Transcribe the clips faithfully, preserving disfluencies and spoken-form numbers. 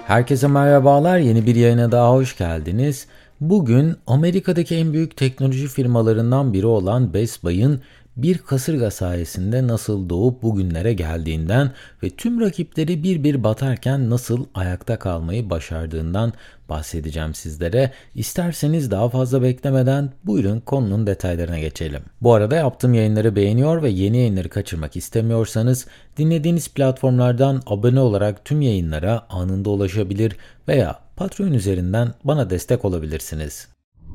Herkese merhabalar, yeni bir yayına daha hoş geldiniz. Bugün Amerika'daki en büyük teknoloji firmalarından biri olan Best Buy'ın bir kasırga sayesinde nasıl doğup bugünlere geldiğinden ve tüm rakipleri bir bir batarken nasıl ayakta kalmayı başardığından bahsedeceğim sizlere. İsterseniz daha fazla beklemeden buyurun konunun detaylarına geçelim. Bu arada yaptığım yayınları beğeniyor ve yeni yayınları kaçırmak istemiyorsanız dinlediğiniz platformlardan abone olarak tüm yayınlara anında ulaşabilir veya Patreon üzerinden bana destek olabilirsiniz.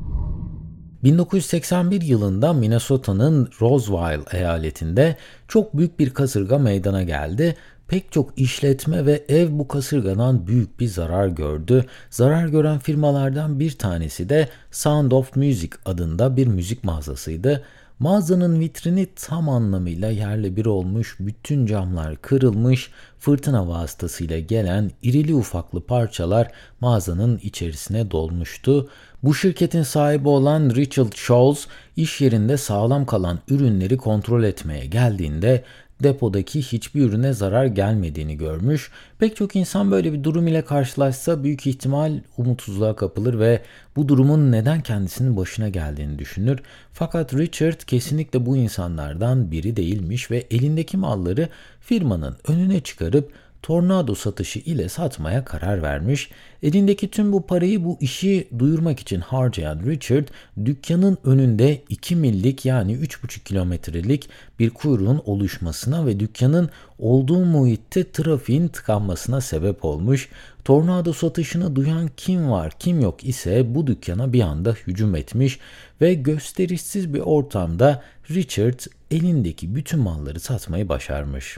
bin dokuz yüz seksen bir yılında Minnesota'nın Roseville eyaletinde çok büyük bir kasırga meydana geldi. Pek çok işletme ve ev bu kasırgadan büyük bir zarar gördü. Zarar gören firmalardan bir tanesi de Sound of Music adında bir müzik mağazasıydı. Mağazanın vitrini tam anlamıyla yerle bir olmuş, bütün camlar kırılmış, fırtına vasıtasıyla gelen irili ufaklı parçalar mağazanın içerisine dolmuştu. Bu şirketin sahibi olan Richard Scholes iş yerinde sağlam kalan ürünleri kontrol etmeye geldiğinde depodaki hiçbir ürüne zarar gelmediğini görmüş. Pek çok insan böyle bir durum ile karşılaşsa büyük ihtimal umutsuzluğa kapılır ve bu durumun neden kendisinin başına geldiğini düşünür. Fakat Richard kesinlikle bu insanlardan biri değilmiş ve elindeki malları firmanın önüne çıkarıp tornado satışı ile satmaya karar vermiş. Elindeki tüm bu parayı bu işi duyurmak için harcayan Richard, dükkanın önünde iki millik yani üç buçuk kilometrelik bir kuyruğun oluşmasına ve dükkanın olduğu muhitte trafiğin tıkanmasına sebep olmuş. Tornado satışını duyan kim var kim yok ise bu dükkana bir anda hücum etmiş ve gösterişsiz bir ortamda Richard elindeki bütün malları satmayı başarmış.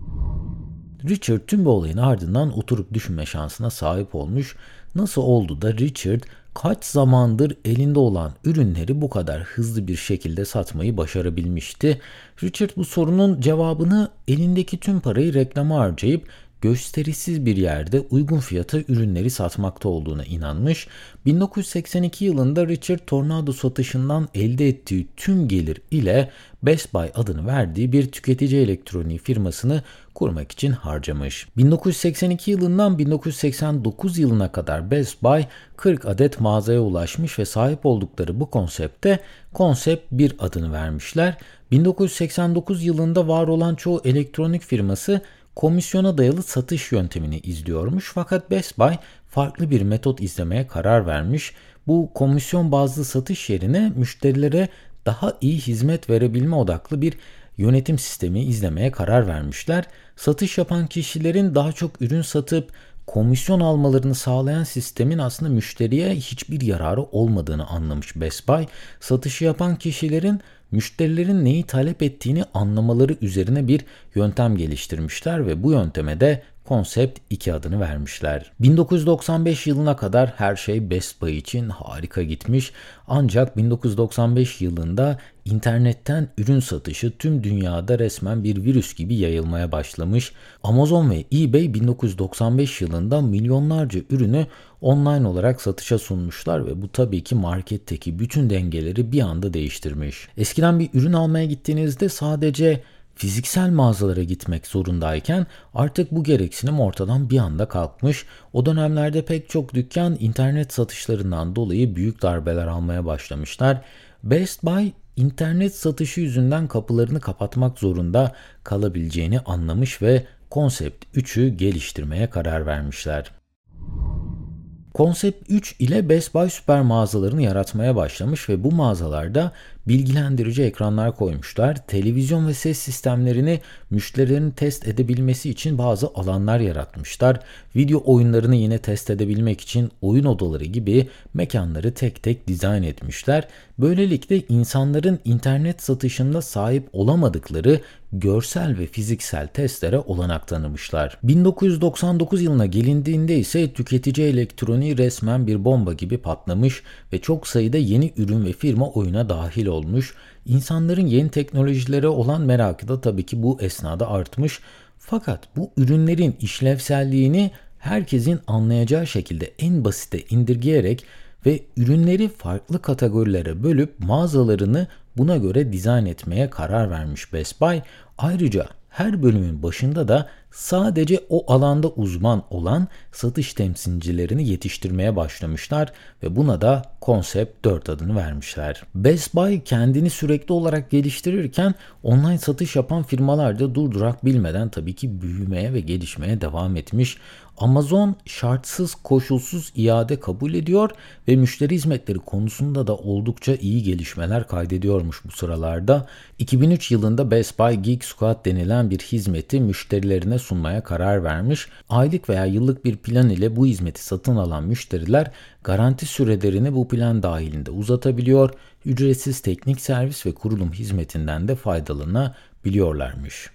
Richard tüm bu olayın ardından oturup düşünme şansına sahip olmuş. Nasıl oldu da Richard kaç zamandır elinde olan ürünleri bu kadar hızlı bir şekilde satmayı başarabilmişti? Richard bu sorunun cevabını elindeki tüm parayı reklama harcayıp gösterişsiz bir yerde uygun fiyata ürünleri satmakta olduğuna inanmış. bin dokuz yüz seksen iki yılında Richard tornado satışından elde ettiği tüm gelir ile Best Buy adını verdiği bir tüketici elektroniği firmasını kurmak için harcamış. bin dokuz yüz seksen iki yılından bin dokuz yüz seksen dokuz yılına kadar Best Buy kırk adet mağazaya ulaşmış ve sahip oldukları bu konsepte Concept bir adını vermişler. bin dokuz yüz seksen dokuz yılında var olan çoğu elektronik firması komisyona dayalı satış yöntemini izliyormuş fakat Best Buy farklı bir metot izlemeye karar vermiş. Bu komisyon bazlı satış yerine müşterilere daha iyi hizmet verebilme odaklı bir yönetim sistemi izlemeye karar vermişler. Satış yapan kişilerin daha çok ürün satıp komisyon almalarını sağlayan sistemin aslında müşteriye hiçbir yararı olmadığını anlamış Best Buy. Satışı yapan kişilerin müşterilerin neyi talep ettiğini anlamaları üzerine bir yöntem geliştirmişler ve bu yönteme de Concept iki adını vermişler. bin dokuz yüz doksan beş yılına kadar her şey Best Buy için harika gitmiş. Ancak bin dokuz yüz doksan beş yılında internetten ürün satışı tüm dünyada resmen bir virüs gibi yayılmaya başlamış. Amazon ve eBay bin dokuz yüz doksan beş yılında milyonlarca ürünü online olarak satışa sunmuşlar ve bu tabii ki marketteki bütün dengeleri bir anda değiştirmiş. Eskiden bir ürün almaya gittiğinizde sadece fiziksel mağazalara gitmek zorundayken artık bu gereksinim ortadan bir anda kalkmış. O dönemlerde pek çok dükkan internet satışlarından dolayı büyük darbeler almaya başlamışlar. Best Buy internet satışı yüzünden kapılarını kapatmak zorunda kalabileceğini anlamış ve Concept üçü geliştirmeye karar vermişler. Concept üç ile Best Buy süper mağazalarını yaratmaya başlamış ve bu mağazalarda bilgilendirici ekranlar koymuşlar. Televizyon ve ses sistemlerini müşterilerin test edebilmesi için bazı alanlar yaratmışlar. Video oyunlarını yine test edebilmek için oyun odaları gibi mekanları tek tek dizayn etmişler. Böylelikle insanların internet satışında sahip olamadıkları görsel ve fiziksel testlere olanak tanımışlar. bin dokuz yüz doksan dokuz yılına gelindiğinde ise tüketici elektroniği resmen bir bomba gibi patlamış ve çok sayıda yeni ürün ve firma oyuna dahil olmuş. İnsanların yeni teknolojilere olan merakı da tabii ki bu esnada artmış. Fakat bu ürünlerin işlevselliğini herkesin anlayacağı şekilde en basite indirgeyerek ve ürünleri farklı kategorilere bölüp mağazalarını buna göre dizayn etmeye karar vermiş Best Buy. Ayrıca her bölümün başında da sadece o alanda uzman olan satış temsilcilerini yetiştirmeye başlamışlar ve buna da Concept dört adını vermişler. Best Buy kendini sürekli olarak geliştirirken online satış yapan firmalar da durdurak bilmeden tabii ki büyümeye ve gelişmeye devam etmiş. Amazon şartsız koşulsuz iade kabul ediyor ve müşteri hizmetleri konusunda da oldukça iyi gelişmeler kaydediyormuş bu sıralarda. iki bin üç yılında Best Buy Geek Squad denilen bir hizmeti müşterilerine sunmaya karar vermiş. Aylık veya yıllık bir plan ile bu hizmeti satın alan müşteriler garanti sürelerini bu plan dahilinde uzatabiliyor, ücretsiz teknik servis ve kurulum hizmetinden de faydalanabiliyorlarmış.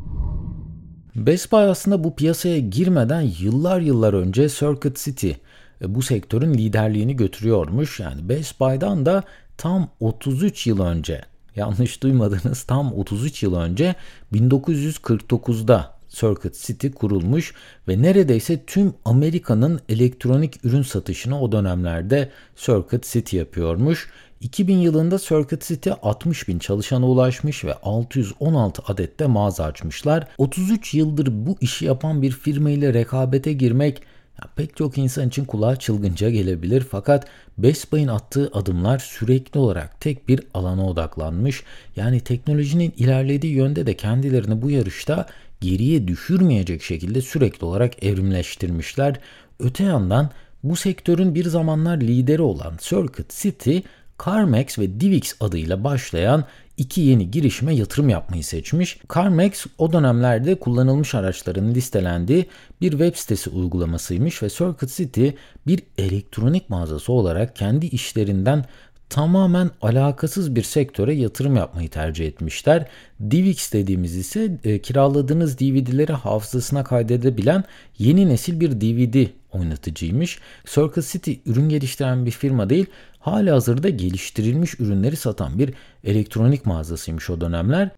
Best Buy aslında bu piyasaya girmeden yıllar yıllar önce Circuit City bu sektörün liderliğini götürüyormuş. Yani Best Buy'dan da tam otuz üç yıl önce, yanlış duymadınız, tam otuz üç yıl önce bin dokuz yüz kırk dokuzda Circuit City kurulmuş ve neredeyse tüm Amerika'nın elektronik ürün satışını o dönemlerde Circuit City yapıyormuş. iki bin yılında Circuit City altmış bin çalışana ulaşmış ve altı yüz on altı adette mağaza açmışlar. otuz üç yıldır bu işi yapan bir firma ile rekabete girmek ya pek çok insan için kulağa çılgınca gelebilir, fakat Best Buy'ın attığı adımlar sürekli olarak tek bir alana odaklanmış. Yani teknolojinin ilerlediği yönde de kendilerini bu yarışta geriye düşürmeyecek şekilde sürekli olarak evrimleştirmişler. Öte yandan bu sektörün bir zamanlar lideri olan Circuit City, CarMax ve Divix adıyla başlayan iki yeni girişime yatırım yapmayı seçmiş. CarMax o dönemlerde kullanılmış araçların listelendiği bir web sitesi uygulamasıymış ve Circuit City bir elektronik mağazası olarak kendi işlerinden tamamen alakasız bir sektöre yatırım yapmayı tercih etmişler. Divix dediğimiz ise e, kiraladığınız D V D'leri hafızasına kaydedebilen yeni nesil bir D V D oynatıcıymış. Circuit City ürün geliştiren bir firma değil, halihazırda geliştirilmiş ürünleri satan bir elektronik mağazasıymış o dönemler.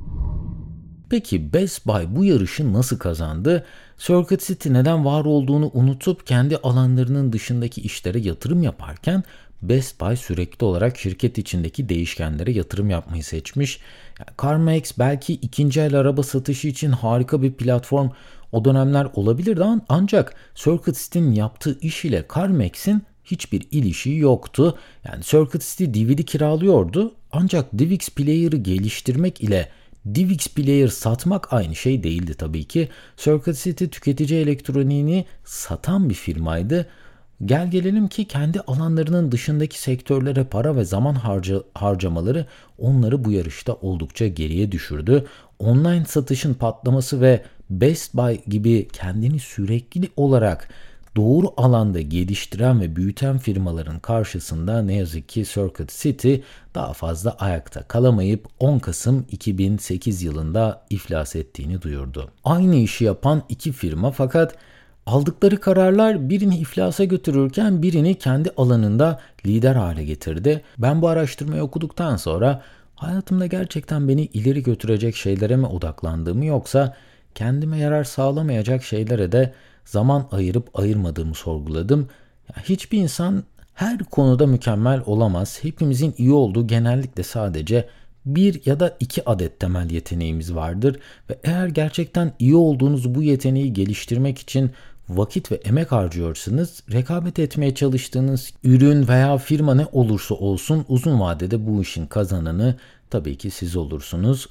Peki Best Buy bu yarışı nasıl kazandı? Circuit City neden var olduğunu unutup kendi alanlarının dışındaki işlere yatırım yaparken Best Buy sürekli olarak şirket içindeki değişkenlere yatırım yapmayı seçmiş. CarMax belki ikinci el araba satışı için harika bir platform o dönemler olabilirdi, ancak Circuit City'nin yaptığı iş ile CarMax'in hiçbir ilişiği yoktu. Yani Circuit City D V D kiralıyordu, ancak Divix Player'ı geliştirmek ile Divix Player satmak aynı şey değildi tabii ki. Circuit City tüketici elektroniğini satan bir firmaydı. Gel gelelim ki kendi alanlarının dışındaki sektörlere para ve zaman harca, harcamaları onları bu yarışta oldukça geriye düşürdü. Online satışın patlaması ve Best Buy gibi kendini sürekli olarak doğru alanda geliştiren ve büyüten firmaların karşısında ne yazık ki Circuit City daha fazla ayakta kalamayıp on Kasım iki bin sekiz yılında iflas ettiğini duyurdu. Aynı işi yapan iki firma, fakat aldıkları kararlar birini iflasa götürürken birini kendi alanında lider hale getirdi. Ben bu araştırmayı okuduktan sonra hayatımda gerçekten beni ileri götürecek şeylere mi odaklandığımı, yoksa kendime yarar sağlamayacak şeylere de zaman ayırıp ayırmadığımı sorguladım. Ya hiçbir insan her konuda mükemmel olamaz. Hepimizin iyi olduğu genellikle sadece bir ya da iki adet temel yeteneğimiz vardır ve eğer gerçekten iyi olduğunuz bu yeteneği geliştirmek için vakit ve emek harcıyorsanız, rekabet etmeye çalıştığınız ürün veya firma ne olursa olsun uzun vadede bu işin kazananı tabii ki siz olursunuz.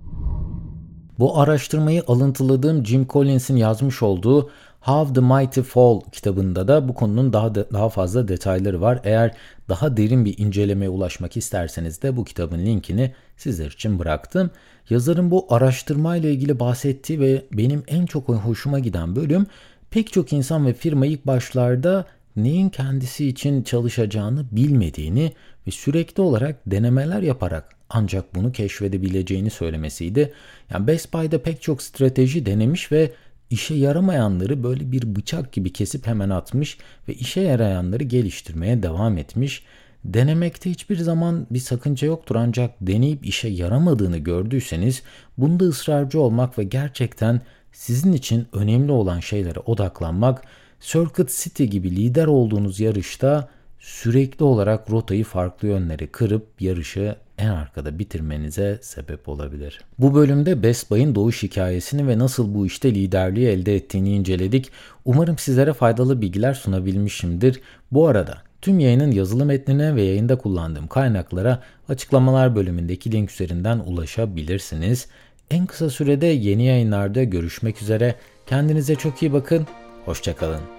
Bu araştırmayı alıntıladığım Jim Collins'in yazmış olduğu How the Mighty Fall kitabında da bu konunun daha de, daha fazla detayları var. Eğer daha derin bir incelemeye ulaşmak isterseniz de bu kitabın linkini sizler için bıraktım. Yazarın bu araştırmayla ilgili bahsettiği ve benim en çok hoşuma giden bölüm, pek çok insan ve firma ilk başlarda neyin kendisi için çalışacağını bilmediğini ve sürekli olarak denemeler yaparak ancak bunu keşfedebileceğini söylemesiydi. Yani Best Buy'da pek çok strateji denemiş ve işe yaramayanları böyle bir bıçak gibi kesip hemen atmış ve işe yarayanları geliştirmeye devam etmiş. Denemekte hiçbir zaman bir sakınca yoktur, ancak deneyip işe yaramadığını gördüyseniz bunda ısrarcı olmak ve gerçekten sizin için önemli olan şeylere odaklanmak, Circuit City gibi lider olduğunuz yarışta sürekli olarak rotayı farklı yönlere kırıp yarışı en arkada bitirmenize sebep olabilir. Bu bölümde Best Buy'ın doğuş hikayesini ve nasıl bu işte liderliği elde ettiğini inceledik. Umarım sizlere faydalı bilgiler sunabilmişimdir. Bu arada tüm yayının yazılı metnine ve yayında kullandığım kaynaklara açıklamalar bölümündeki link üzerinden ulaşabilirsiniz. En kısa sürede yeni yayınlarda görüşmek üzere. Kendinize çok iyi bakın. Hoşça kalın.